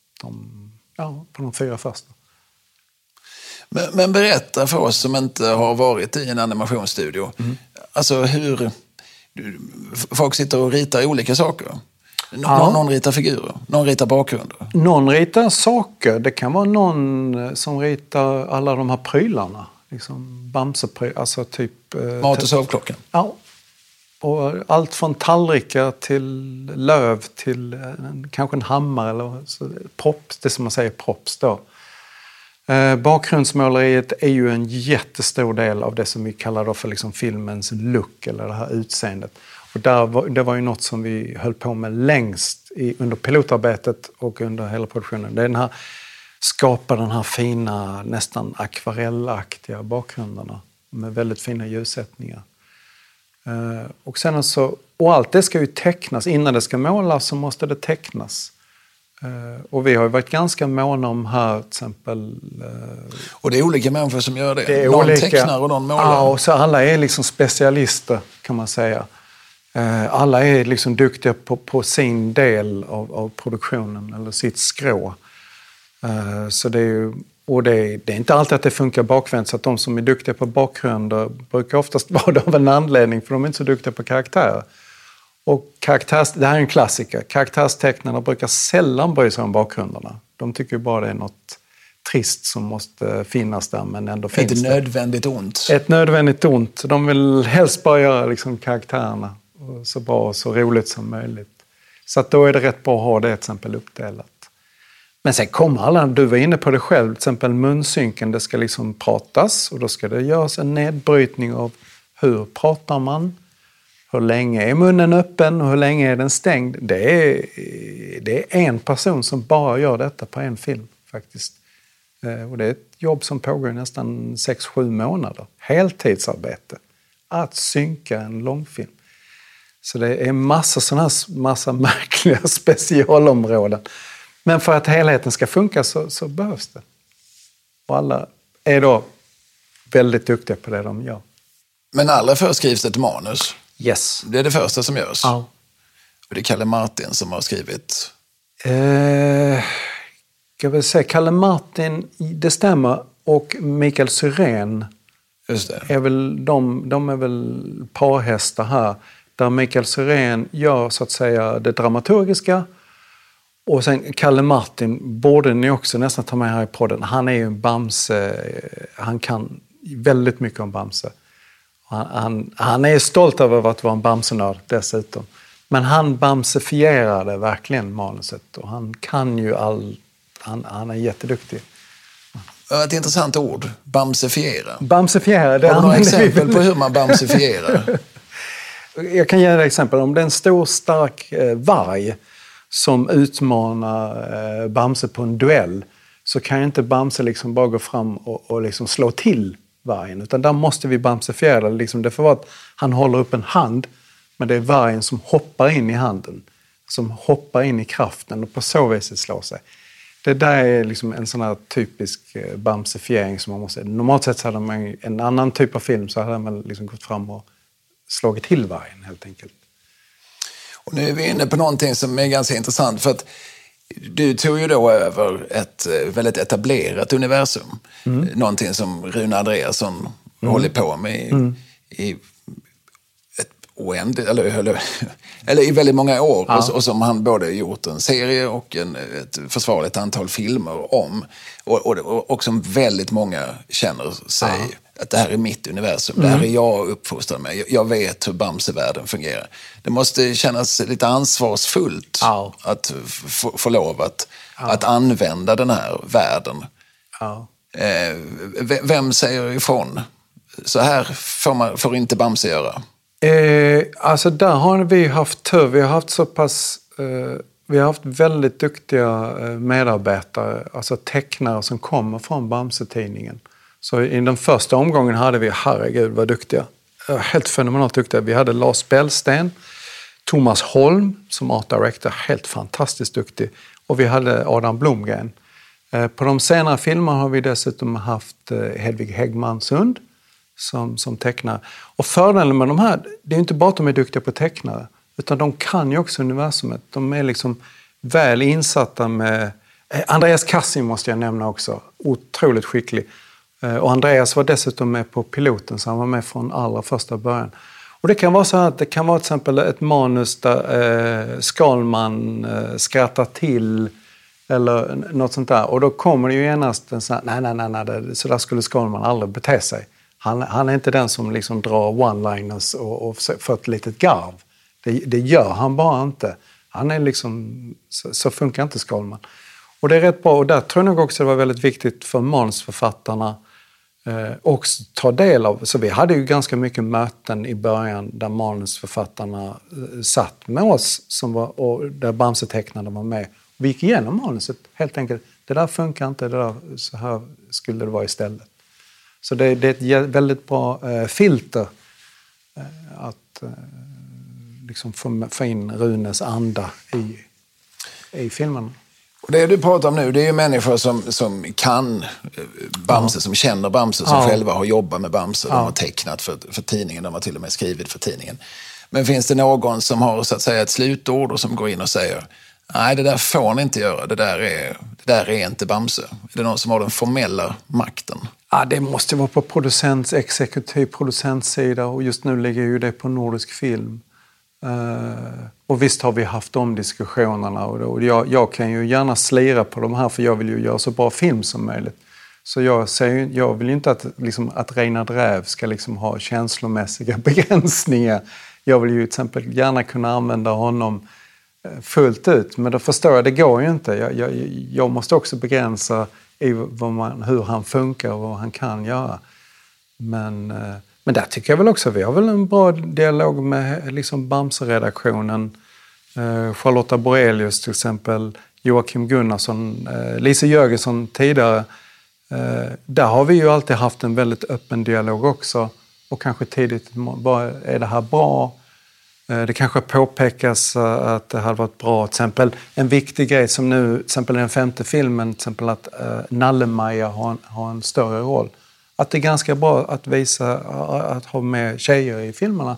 de 4 första. Men berätta för oss som inte har varit i en animationsstudio. Alltså hur folk sitter och ritar olika saker. Någon ritar figurer, någon ritar bakgrunder. Någon ritar saker. Det kan vara någon som ritar alla de här prylarna. Liksom Bamse-prylar, alltså typ... Mat- och sovklockan. Ja. Och allt från tallrikar till löv till kanske en hammare eller props, det som man säger props då. Bakgrundsmåleriet är ju en jättestor del av det som vi kallar då för liksom filmens look eller det här utseendet. Och det var ju något som vi höll på med längst under pilotarbetet och under hela produktionen. Det är skapa den här fina, nästan akvarellaktiga bakgrunderna med väldigt fina ljussättningar. Och sen och allt det ska ju tecknas. Innan det ska målas så måste det tecknas. Och vi har ju varit ganska måna om här till exempel... Och det är olika människor som gör det? Det är någon olika, tecknar och någon målar? Ja, och så alla är liksom specialister kan man säga. Alla är liksom duktiga på sin del av produktionen eller sitt skrå. Så det är ju... Och det är inte alltid att det funkar bakvänt, så att de som är duktiga på bakgrunder brukar oftast vara det av en anledning, för de är inte så duktiga på karaktärer. Och det här är en klassiker. Karaktärstecknarna brukar sällan bry sig om bakgrunderna. De tycker bara det är något trist som måste finnas där, men ändå finns det. Ett nödvändigt ont. Ett nödvändigt ont. De vill helst bara göra liksom karaktärerna så bra och så roligt som möjligt. Så att då är det rätt bra att ha det till exempel uppdelat. Men sen kommer alla, du var inne på det själv, till exempel munsynken, det ska liksom pratas och då ska det göras en nedbrytning av hur pratar man, hur länge är munnen öppen och hur länge är den stängd. Det är en person som bara gör detta på en film faktiskt. Och det är ett jobb som pågår i nästan 6-7 månader. Heltidsarbete. Att synka en långfilm. Så det är massa märkliga specialområden. Men för att helheten ska funka så behövs det. Och alla är då väldigt duktiga på det de gör. Men allra först skrivs ett manus. Yes. Det är det första som görs. Ja. Och det är Kalle Martin som har skrivit. Jag vill säga Kalle Martin, det stämmer. Och Mikael Syrén. Just det. Är väl de är väl parhästar här. Där Mikael Syrén gör så att säga det dramaturgiska. Och sen Kalle Martin borde ni också nästan ta med här i podden. Han är ju en Bamse, han kan väldigt mycket om Bamse. Han är stolt över att vara en Bamsenörd dessutom. Men han bamsifierade verkligen manuset och han kan ju han är jätteduktig. Ett intressant ord, bamsifiera. Bamsifiera, det har du några exempel på hur man bamsifierar? Jag kan ge dig exempel. Om det är en stor stark varg som utmanar Bamse på en duell, så kan ju inte Bamse liksom bara gå fram och liksom slå till vargen, utan där måste vi bamsifiera. Liksom det får vara att han håller upp en hand, men det är vargen som hoppar in i handen, som hoppar in i kraften och på så vis slår sig. Det där är liksom en sån här typisk bamsifiering som man måste... Normalt sett så hade man en annan typ av film, så hade man liksom gått fram och slagit till vargen helt enkelt. Och nu är vi inne på någonting som är ganska intressant, för att du tog ju då över ett väldigt etablerat universum. Någonting som Rune Andreasson håller på med i ett oändligt, eller i väldigt många år. Ja. Och som han både gjort en serie och ett försvarligt antal filmer om. Och som väldigt många känner sig... Ja. Att det här är mitt universum, det här är jag uppfostrad med. Jag vet hur Bamsevärlden fungerar. Det måste kännas lite ansvarsfullt att få lov att använda den här världen. Ja. Vem säger ifrån? Så här får inte Bamse göra. Alltså där har vi haft tur. Vi har haft så pass... Vi har haft väldigt duktiga medarbetare, alltså tecknare som kommer från Bamse-tidningen. Så i den första omgången hade vi, herregud vad duktiga, helt fenomenalt duktiga. Vi hade Lars Bellsten, Thomas Holm som art director, helt fantastiskt duktig. Och vi hade Adam Blomgren. På de senare filmerna har vi dessutom haft Hedvig Häggmansund som tecknar. Och fördelen med de här, det är inte bara att de är duktiga på tecknare, utan de kan ju också universumet. De är liksom väl insatta med... Andreas Kassim måste jag nämna också, otroligt skicklig. Och Andreas var dessutom med på piloten, så han var med från allra första början. Och det kan vara så att det kan vara till exempel ett manus där Skalman skrattar till eller något sånt där. Och då kommer det ju genast en sån här, nej, så där skulle Skalman aldrig bete sig. Han är inte den som liksom drar one-liners och för ett litet garv. Det gör han bara inte. Han är liksom, så funkar inte Skalman. Och det är rätt bra. Och där tror jag nog också det var väldigt viktigt för manusförfattarna också ta del av. Så vi hade ju ganska mycket möten i början där manusförfattarna satt med oss och där Bamse-tecknarna var med. Vi gick igenom manuset helt enkelt. Det där funkar inte, det där, så här skulle det vara istället. Så det är ett väldigt bra filter att liksom få in Runes anda i filmen. Och det du pratar om nu, det är ju människor som kan Bamse, som känner Bamse, som själva har jobbat med Bamse. De har tecknat för tidningen, de har till och med skrivit för tidningen. Men finns det någon som har så att säga ett slutord och som går in och säger nej, det där får ni inte göra, det där är inte Bamse? Är det någon som har den formella makten? Ja, det måste vara på exekutiv producentsida, och just nu ligger ju det på Nordisk Film. Och visst har vi haft de diskussionerna, och jag kan ju gärna slira på de här, för jag vill ju göra så bra film som möjligt. Så jag vill ju inte att Reinhard Räv ska liksom ha känslomässiga begränsningar. Jag vill ju till exempel gärna kunna använda honom fullt ut, men då förstår jag, det går ju inte. Jag måste också begränsa hur han funkar och vad han kan göra. Men där tycker jag väl också, vi har väl en bra dialog med liksom Bamse-redaktionen. Charlotta Borelius till exempel, Joakim Gunnarsson, Lise Jörgesson tidigare. Där har vi ju alltid haft en väldigt öppen dialog också. Och kanske tidigt, bara, är det här bra? Det kanske påpekas att det hade varit bra. Till exempel en viktig grej som nu, till exempel i den 5:e filmen, till exempel att Nalle-Maja har en större roll. Att det är ganska bra att visa, att ha med tjejer i filmerna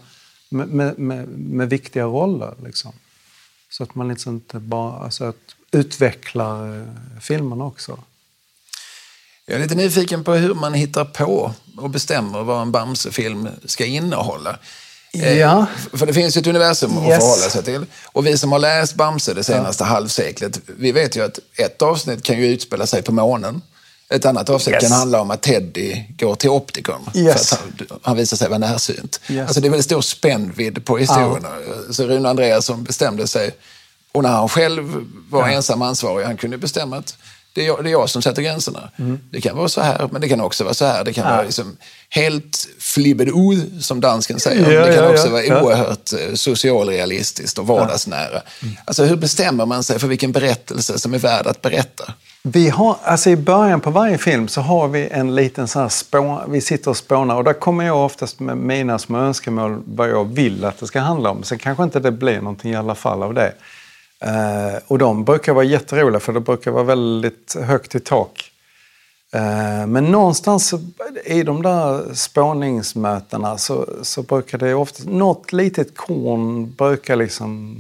med viktiga roller. Liksom. Så att man liksom inte bara, alltså att utveckla filmerna också. Jag är lite nyfiken på hur man hittar på och bestämmer vad en Bamse-film ska innehålla. Ja. För det finns ju ett universum att förhålla sig till. Och vi som har läst Bamse det senaste halvseklet, vi vet ju att ett avsnitt kan ju utspela sig på månen. Ett annat avsnitt kan handla om att Teddy går till optikern för att han visar sig vara närsynt. Alltså det är väldigt stor spännvidd på historierna. Så Rune Andreasson bestämde sig, och när han själv var ensam ansvarig, han kunde bestämma att det är jag som sätter gränserna. Det kan vara så här, men det kan också vara så här. Det kan vara liksom helt flibbed ud, som dansken säger. Det kan också vara oerhört socialrealistiskt och vardagsnära. Alltså hur bestämmer man sig för vilken berättelse som är värd att berätta? Vi har, alltså i början på varje film så har vi en liten sån här vi sitter och spånar, och där kommer jag oftast med mina små önskemål vad jag vill att det ska handla om. Sen kanske inte det blir någonting i alla fall av det. Och de brukar vara jätteroliga, för det brukar vara väldigt högt i tak. Men någonstans i de där spåningsmötena så brukar det ofta, något litet korn brukar liksom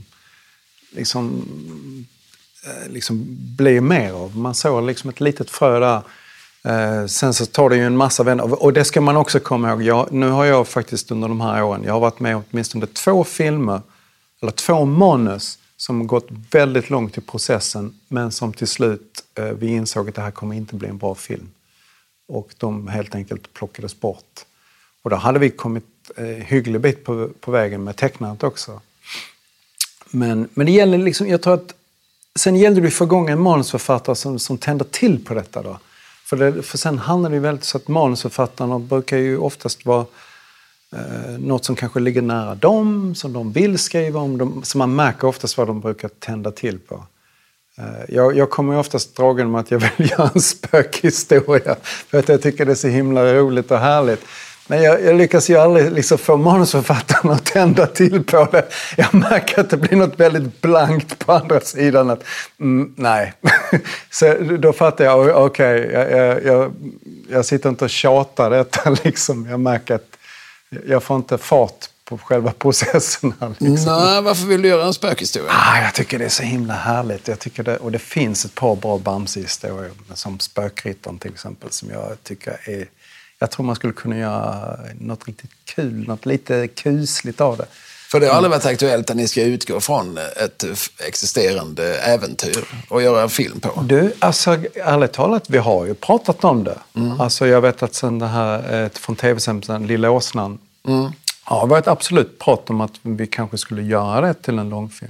bli mer av. Man såg liksom ett litet frö där. Sen så tar det ju en massa vänner. Och det ska man också komma ihåg. Nu har jag faktiskt under de här åren, jag har varit med om åtminstone 2 filmer, eller 2 manus, som gått väldigt långt i processen, men som till slut vi insåg att det här kommer inte bli en bra film. Och de helt enkelt plockades bort. Och då hade vi kommit hygglig bit på vägen med tecknandet också. Men det gäller liksom, jag tror att sen gällde det att få igång en manusförfattare som tänder till på detta då. För sen handlar det ju väldigt så att manusförfattarna brukar ju oftast vara något som kanske ligger nära dem, som de vill skriva om, som man märker oftast vad de brukar tända till på. Jag kommer ju oftast dragen med att jag vill göra en spökhistoria, för att jag tycker det är så himla roligt och härligt. Men jag lyckas ju aldrig liksom få manusförfattarna att tända till på det. Jag märker att det blir något väldigt blankt på andra sidan. Att, nej. Så då fattar jag, okej, jag sitter inte och tjatar detta. Liksom. Jag märker att jag får inte fart på själva processen. Liksom. Nej, varför vill du göra en spökhistoria? Jag tycker det är så himla härligt. Jag tycker det, och det finns ett par bra Bamse-historier, som Spökryttaren till exempel, som jag tycker är... Jag tror man skulle kunna göra något riktigt kul, något lite kusligt av det. För det har aldrig varit aktuellt att ni ska utgå från ett existerande äventyr och göra en film på. Du, alltså ärligt talat, vi har ju pratat om det. Alltså jag vet att sen det här från tv-sändningen Lilla Åsnan har varit absolut prat om att vi kanske skulle göra det till en långfilm.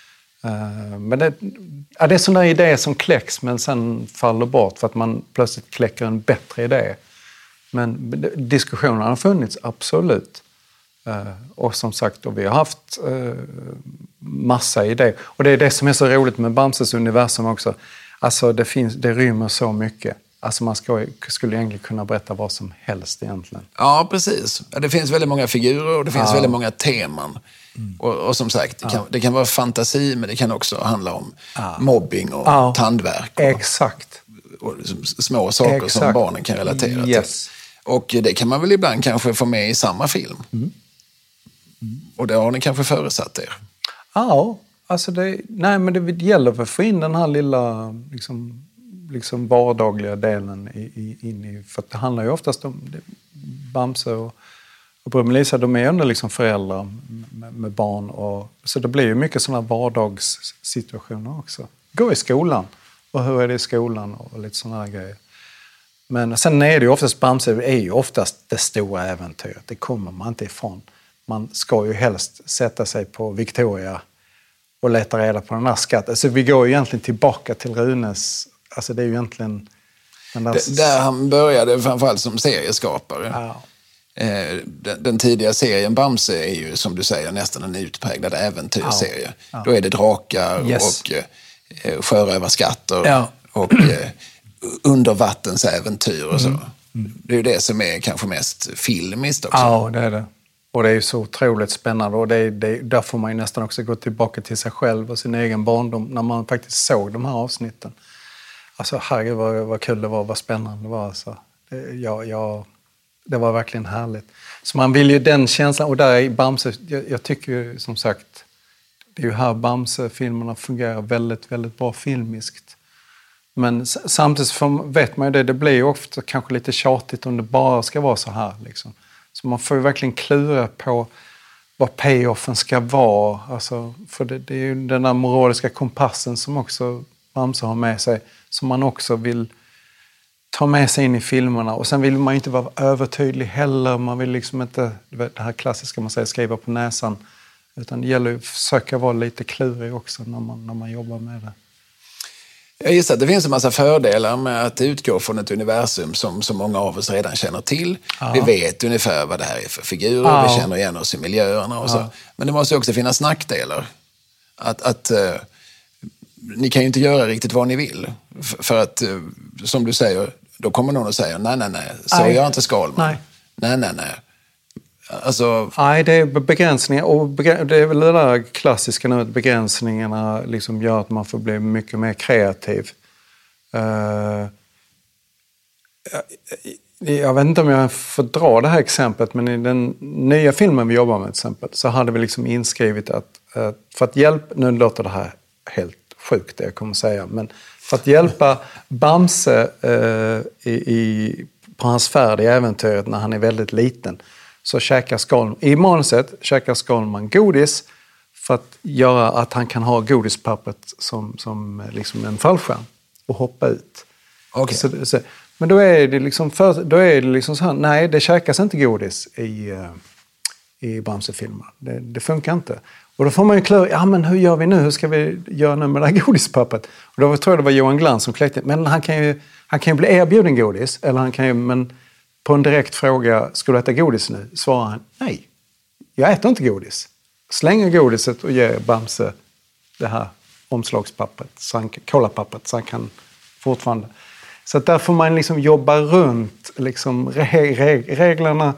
Men det är sådana idéer som kläcks men sen faller bort för att man plötsligt kläcker en bättre idé. Men diskussionerna har funnits, absolut. Och som sagt, och vi har haft massa idéer. Och det är det som är så roligt med Bamses universum också. Alltså det rymmer så mycket. Alltså man skulle egentligen kunna berätta vad som helst egentligen. Ja, precis. Det finns väldigt många figurer och det finns väldigt många teman. Och som sagt, det kan vara fantasi men det kan också handla om mobbing och tandvärk. Exakt. Och små saker som barnen kan relatera till. Och det kan man väl ibland kanske få med i samma film. Och det har ni kanske föresatt er. Ja, alltså det gäller för att få in den här lilla liksom vardagliga delen in i, för det handlar ju oftast om Bamse och Brummelisa, de är ändå liksom föräldrar med barn och så det blir ju mycket sådana vardagssituationer också. Gå i skolan och hur är det i skolan och lite sådana här grejer. Men sen är det ju oftast Bamse är ju oftast det stora äventyret. Det kommer man inte ifrån. Man ska ju helst sätta sig på Victoria och leta reda på den här skatten. Så vi går ju egentligen tillbaka till Runes. Alltså det är ju egentligen... Där han började framförallt som serieskapare. Ja. Den tidiga serien Bamse är ju som du säger nästan en utpräglad äventyrsserie. Ja. Då är det drakar och sjörövarskatter och undervattensäventyr och så. Det är ju det som är kanske mest filmiskt också. Ja, det är det. Och det är ju så otroligt spännande och där får man ju nästan också gå tillbaka till sig själv och sin egen barndom när man faktiskt såg de här avsnitten. Alltså herregud vad kul det var, vad spännande det var. Alltså. Det var verkligen härligt. Så man vill ju den känslan, och där i Bamse, jag tycker ju som sagt, det är ju här Bamse-filmerna fungerar väldigt, väldigt bra filmiskt. Men samtidigt vet man ju det blir ju ofta kanske lite tjatigt om det bara ska vara så här liksom. Så man får ju verkligen klura på vad payoffen ska vara. Alltså, för det är ju den där moraliska kompassen som också Bamse har med sig. Som man också vill ta med sig in i filmerna. Och sen vill man ju inte vara övertydlig heller. Man vill liksom inte, det här klassiska man säger, skriva på näsan. Utan det gäller att försöka vara lite klurig också när man jobbar med det. Jag gissar att det finns en massa fördelar med att utgå från ett universum som så många av oss redan känner till. Vi vet ungefär vad det här är för figurer, vi känner igen oss i miljöerna och så. Men det måste också finnas nackdelar. Att ni kan ju inte göra riktigt vad ni vill. För att, som du säger, då kommer någon och säger nej, så gör inte Skalman. Nej. Alltså... Nej, det är begränsningar. Och det är väl det där klassiska nu att begränsningarna liksom gör att man får bli mycket mer kreativ. Jag vet inte om jag får dra det här exemplet, men i den nya filmen vi jobbar med till exempel så hade vi liksom inskrivit att för att hjälpa, nu låter det här helt sjukt det jag kommer säga, men för att hjälpa Bamse på hans färd i äventyret när han är väldigt liten så i manuset käkar Skalman godis för att göra att han kan ha godispappret som liksom en fallskärm och hoppa ut. Okay. Men då är det liksom så här, nej det käkas inte godis i Bamse-filmer. Det funkar inte. Och då får man ju klura, men hur gör vi nu? Hur ska vi göra nu med det här godispappret? Och då tror jag det var Johan Glans som kläckte. Men han kan ju bli erbjuden godis. Eller han kan ju, men på en direkt fråga, ska du äta godis nu? Svarar han, nej, jag äter inte godis. Slänger godiset och ger Bamse det här omslagspappret, kolapappret, så han kan fortfarande. Så att där får man liksom jobba runt liksom reglerna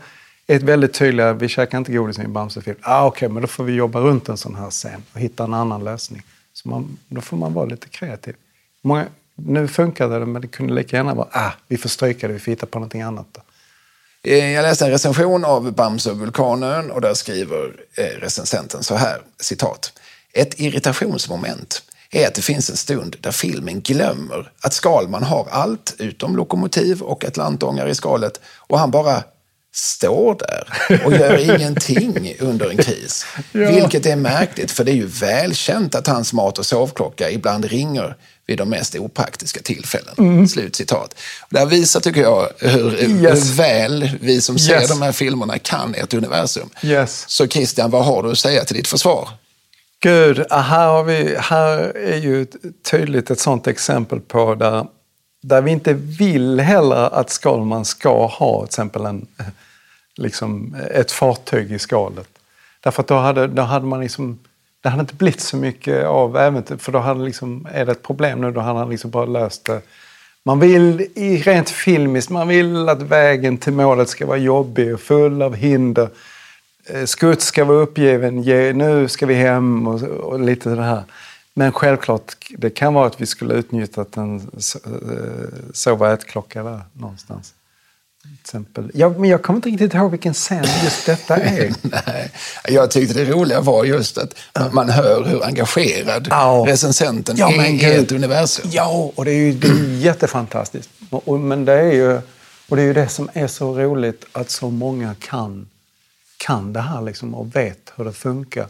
ett väldigt tydligt, vi käkar inte godis i en Bamse-film. Okej, men då får vi jobba runt en sån här scen och hitta en annan lösning. Så då får man vara lite kreativ. Nu funkade det, men det kunde lika gärna vara, vi får stryka det, vi får hitta på någonting annat då. Jag läste en recension av Bamse och Vulkanön och där skriver recensenten så här, citat. Ett irritationsmoment är att det finns en stund där filmen glömmer att Skalman har allt utom lokomotiv och atlantångar i skalet och han bara står där och gör ingenting under en kris. Ja. Vilket är märkligt, för det är ju välkänt att hans mat- och sovklocka ibland ringer vid de mest opraktiska tillfällen. Slutcitat. Det här visar, tycker jag, hur väl vi som ser de här filmerna kan ett universum. Så Christian, vad har du att säga till ditt försvar? Gud, här är ju tydligt ett sånt exempel på där vi inte vill heller att Skalman ska ha till exempel ett fartyg i skalet. Därför att då hade man liksom, det hade inte blivit så mycket av äventyr, för då hade är det ett problem nu, då hade han bara löst det. Man vill, rent filmiskt, man vill att vägen till målet ska vara jobbig och full av hinder. Skutt ska vara uppgiven, nu ska vi hem och lite det här. Men självklart, det kan vara att vi skulle utnyttjat en sova-ätklocka där någonstans. Exempel. Men jag kommer inte riktigt ihåg vilken scen just detta är. Nej, jag tyckte det roliga var just att man hör hur engagerad recensenten är i ett universum. Ja, och det är ju jättefantastiskt. Men det är ju det som är så roligt, att så många kan det här liksom och vet hur det funkar.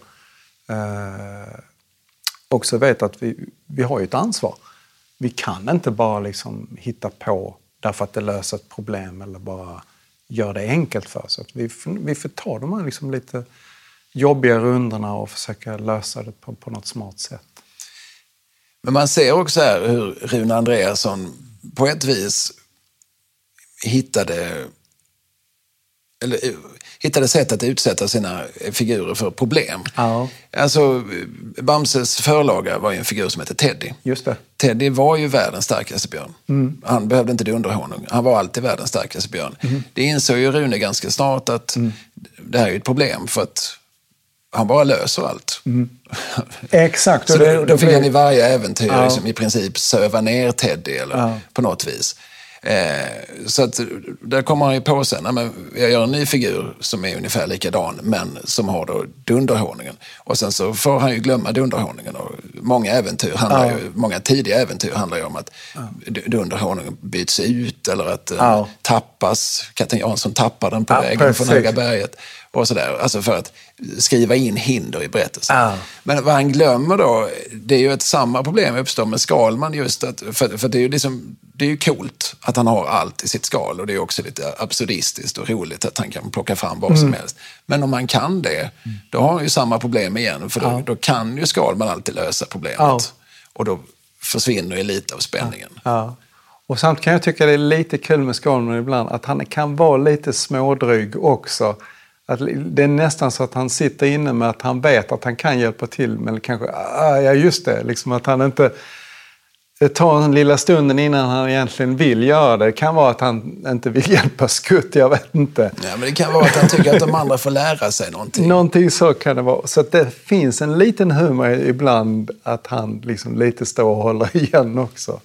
Också vet att vi har ju ett ansvar. Vi kan inte bara liksom hitta på därför att det löser ett problem eller bara gör det enkelt för oss. Att vi får ta de här liksom lite jobbiga rundorna och försöka lösa det på något smart sätt. Men man ser också här hur Rune Andreasson på ett vis hittade sätt att utsätta sina figurer för problem. Ja. Alltså, Bamses förlaga var ju en figur som hette Teddy. Just det. Teddy var ju världens starkaste björn. Han behövde inte underhållning. Han var alltid världens starkaste björn. Det insåg ju Rune ganska snart att det här är ett problem, för att han bara löser allt. Exakt. Så då fick han i varje äventyr liksom, i princip söva ner Teddy eller på något vis. Så att där kommer han ju på sig, men jag gör en ny figur som är ungefär likadan, men som har då dunderhåningen. Och sen så får han ju glömma dunderhåningen. Och många tidiga äventyr handlar ju om att dunderhåningen byts ut eller att tappas. Katten Jansson tappar den på vägen från Höga berget. Och sådär, alltså för att skriva in hinder i berättelsen. Men vad han glömmer då, det är ju ett samma problem uppstår med Skalman, just att, för det är ju liksom, det är ju coolt att han har allt i sitt skal, och det är också lite absurdistiskt och roligt att han kan plocka fram vad som helst. Men om man kan det, då har han ju samma problem igen, för då kan ju Skalman alltid lösa problemet. Och då försvinner ju lite av spänningen. Och samt kan jag tycka det är lite kul med Skalman ibland, att han kan vara lite smådryg också. Att det är nästan så att han sitter inne med att han vet att han kan hjälpa till, men kanske, just det, liksom att han inte, det tar en lilla stunden innan han egentligen vill göra det. Det kan vara att han inte vill hjälpa Skutt, jag vet inte. Ja, men det kan vara att han tycker att de andra får lära sig någonting. Någonting så kan det vara. Så att det finns en liten humor ibland att han liksom lite står och håller igen också.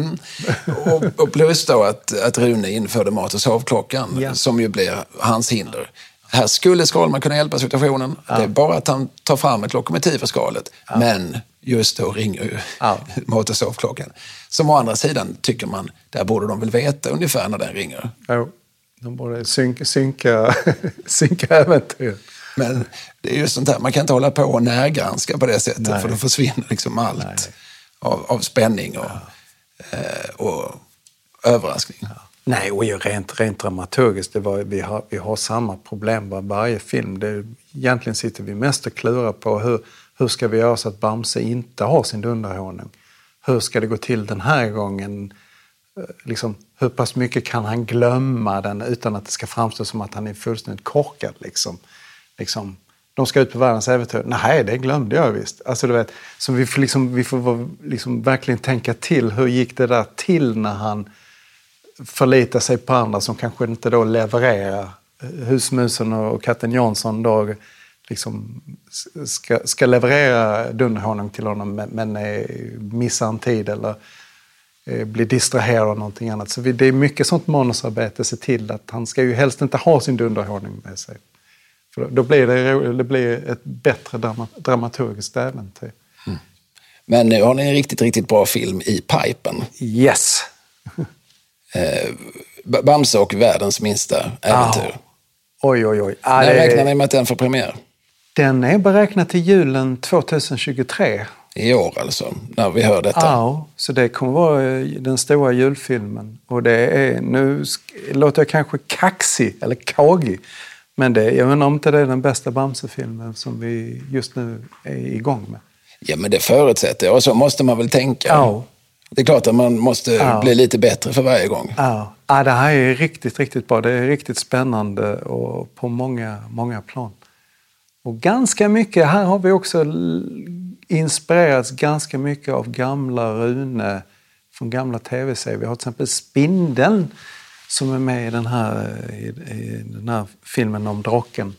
Och plus då att Rune införde mat- och sovklockan, som ju blir hans hinder. Här skulle Skalman kunna hjälpa situationen. Det är bara att han tar fram ett lokomotiv för skalet. Men just då ringer ju mat- och sovklockan. Som å andra sidan tycker man, där borde de väl veta ungefär när den ringer. Ja, de borde synka äventyr. Men det är ju sånt här, man kan inte hålla på och närgranska på det sättet. För då försvinner liksom allt av spänning och överraskning. Nej, och rent dramaturgiskt, vi har samma problem med varje film. Egentligen sitter vi mest och klurar på hur ska vi göra så att Bamse inte har sin dunderhåning. Hur ska det gå till den här gången? Liksom, hur pass mycket kan han glömma den utan att det ska framstå som att han är fullständigt korkad? Liksom, de ska ut på världens äventyr. Nej, det glömde jag visst. Alltså, du vet, så vi får verkligen tänka till. Hur gick det där till när han förlitar sig på andra som kanske inte då levererar Husmusen och katten Jansson då liksom ska leverera dunderhonung till honom men missar en tid eller blir distraherad av någonting annat. Så det är mycket sånt manusarbete att se till att han ska ju helst inte ha sin dunderhonung med sig. För då blir det blir ett bättre dramaturgiskt äventyr. Mm. Men nu har ni en riktigt, riktigt bra film i pipen. Yes! Bamse och världens minsta äventyr. Oj. När räknar ni med att den får premiär? Den är beräknad till julen 2023. I år alltså, när vi hör detta. Ja, så det kommer vara den stora julfilmen. Och det är, nu låter jag kanske kaxig eller kagig. Men jag undrar om inte det är den bästa Bamse-filmen som vi just nu är igång med. Ja, men det förutsätter jag. Och så måste man väl tänka. Ja. Det är klart att man måste bli lite bättre för varje gång. Ja, det här är riktigt, riktigt bra. Det är riktigt spännande och på många plan. Och ganska mycket, här har vi också inspirerats ganska mycket av gamla Rune från gamla tv-serier. Vi har till exempel Spindeln som är med i den här filmen om drocken.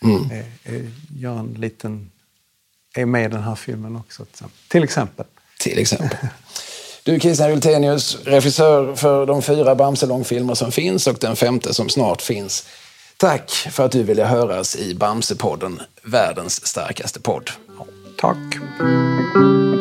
Är med i den här filmen också. Till exempel. Du, Christian Hultenius, regissör för de 4 Bamse-långfilmer som finns och den 5:e som snart finns. Tack för att du ville höras i Bamse-podden, världens starkaste podd. Tack.